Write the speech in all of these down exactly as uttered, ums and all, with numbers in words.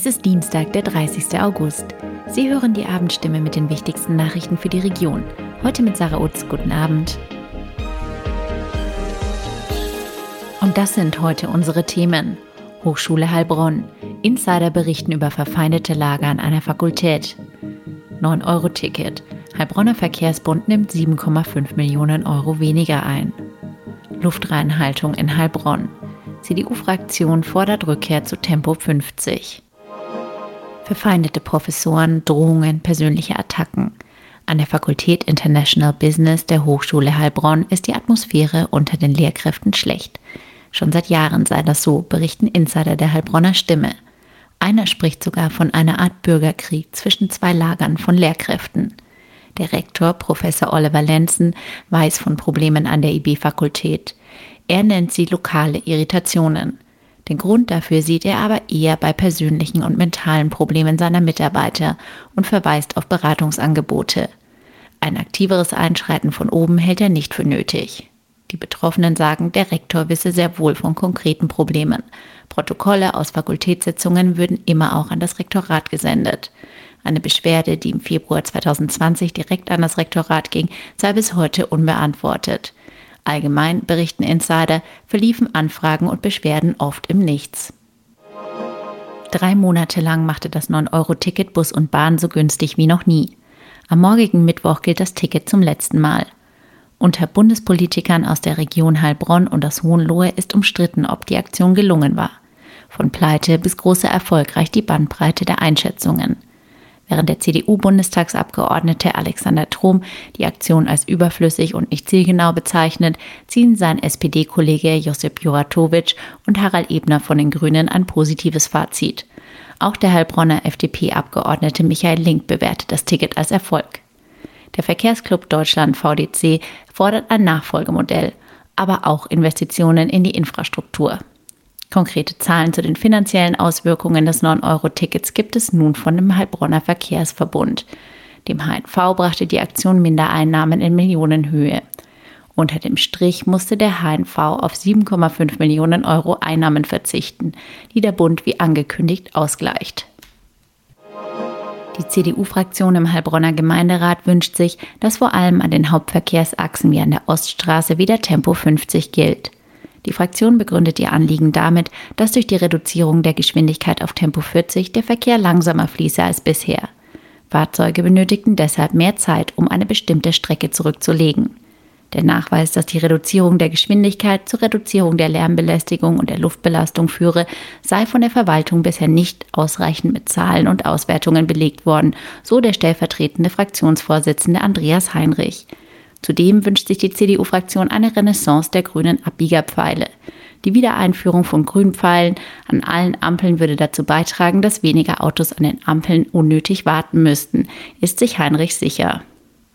Es ist Dienstag, der dreißigster August. Sie hören die Abendstimme mit den wichtigsten Nachrichten für die Region. Heute mit Sarah Utz. Guten Abend. Und das sind heute unsere Themen. Hochschule Heilbronn. Insider berichten über verfeindete Lager an einer Fakultät. neun Euro Ticket. Heilbronner Verkehrsbund nimmt sieben Komma fünf Millionen Euro weniger ein. Luftreinhaltung in Heilbronn. C D U-Fraktion fordert Rückkehr zu Tempo fünfzig. Verfeindete Professoren, Drohungen, persönliche Attacken. An der Fakultät International Business der Hochschule Heilbronn ist die Atmosphäre unter den Lehrkräften schlecht. Schon seit Jahren sei das so, berichten Insider der Heilbronner Stimme. Einer spricht sogar von einer Art Bürgerkrieg zwischen zwei Lagern von Lehrkräften. Der Rektor, Professor Oliver Lenzen, weiß von Problemen an der I B-Fakultät. Er nennt sie lokale Irritationen. Den Grund dafür sieht er aber eher bei persönlichen und mentalen Problemen seiner Mitarbeiter und verweist auf Beratungsangebote. Ein aktiveres Einschreiten von oben hält er nicht für nötig. Die Betroffenen sagen, der Rektor wisse sehr wohl von konkreten Problemen. Protokolle aus Fakultätssitzungen würden immer auch an das Rektorat gesendet. Eine Beschwerde, die im Februar zweitausendzwanzig direkt an das Rektorat ging, sei bis heute unbeantwortet. Allgemein, berichten Insider, verliefen Anfragen und Beschwerden oft im Nichts. Drei Monate lang machte das neun Euro Ticket Bus und Bahn so günstig wie noch nie. Am morgigen Mittwoch gilt das Ticket zum letzten Mal. Unter Bundespolitikern aus der Region Heilbronn und aus Hohenlohe ist umstritten, ob die Aktion gelungen war. Von Pleite bis großer Erfolg reicht die Bandbreite der Einschätzungen. Während der C D U-Bundestagsabgeordnete Alexander Trom die Aktion als überflüssig und nicht zielgenau bezeichnet, ziehen sein S P D-Kollege Josip Juratovic und Harald Ebner von den Grünen ein positives Fazit. Auch der Heilbronner F D P-Abgeordnete Michael Link bewertet das Ticket als Erfolg. Der Verkehrsclub Deutschland V D C fordert ein Nachfolgemodell, aber auch Investitionen in die Infrastruktur. Konkrete Zahlen zu den finanziellen Auswirkungen des neun Euro Tickets gibt es nun von dem Heilbronner Verkehrsverbund. Dem H N V brachte die Aktion Mindereinnahmen in Millionenhöhe. Unter dem Strich musste der H N V auf sieben Komma fünf Millionen Euro Einnahmen verzichten, die der Bund wie angekündigt ausgleicht. Die C D U-Fraktion im Heilbronner Gemeinderat wünscht sich, dass vor allem an den Hauptverkehrsachsen wie an der Oststraße wieder Tempo fünfzig gilt. Die Fraktion begründet ihr Anliegen damit, dass durch die Reduzierung der Geschwindigkeit auf Tempo vierzig der Verkehr langsamer fließe als bisher. Fahrzeuge benötigten deshalb mehr Zeit, um eine bestimmte Strecke zurückzulegen. Der Nachweis, dass die Reduzierung der Geschwindigkeit zur Reduzierung der Lärmbelästigung und der Luftbelastung führe, sei von der Verwaltung bisher nicht ausreichend mit Zahlen und Auswertungen belegt worden, so der stellvertretende Fraktionsvorsitzende Andreas Heinrich. Zudem wünscht sich die C D U-Fraktion eine Renaissance der grünen Abbiegerpfeile. Die Wiedereinführung von Grünpfeilen an allen Ampeln würde dazu beitragen, dass weniger Autos an den Ampeln unnötig warten müssten, ist sich Heinrich sicher.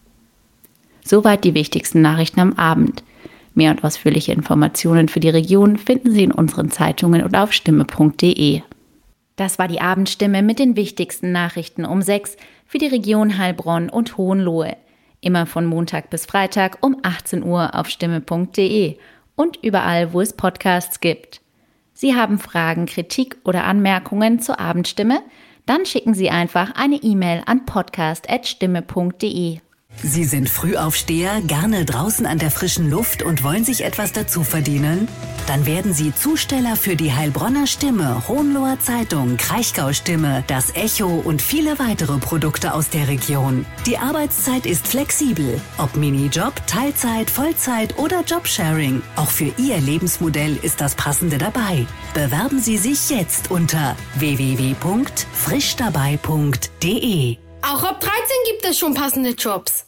Soweit die wichtigsten Nachrichten am Abend. Mehr und ausführliche Informationen für die Region finden Sie in unseren Zeitungen und auf stimme punkt de. Das war die Abendstimme mit den wichtigsten Nachrichten um sechs für die Region Heilbronn und Hohenlohe. Immer von Montag bis Freitag um achtzehn Uhr auf stimme punkt de und überall, wo es Podcasts gibt. Sie haben Fragen, Kritik oder Anmerkungen zur Abendstimme? Dann schicken Sie einfach eine E-Mail an podcast at stimme punkt de. Sie sind Frühaufsteher, gerne draußen an der frischen Luft und wollen sich etwas dazu verdienen? Dann werden Sie Zusteller für die Heilbronner Stimme, Hohenloher Zeitung, Kraichgau Stimme, das Echo und viele weitere Produkte aus der Region. Die Arbeitszeit ist flexibel, ob Minijob, Teilzeit, Vollzeit oder Jobsharing. Auch für Ihr Lebensmodell ist das Passende dabei. Bewerben Sie sich jetzt unter w w w punkt frisch dabei punkt de. Auch ab dreizehn gibt es schon passende Jobs.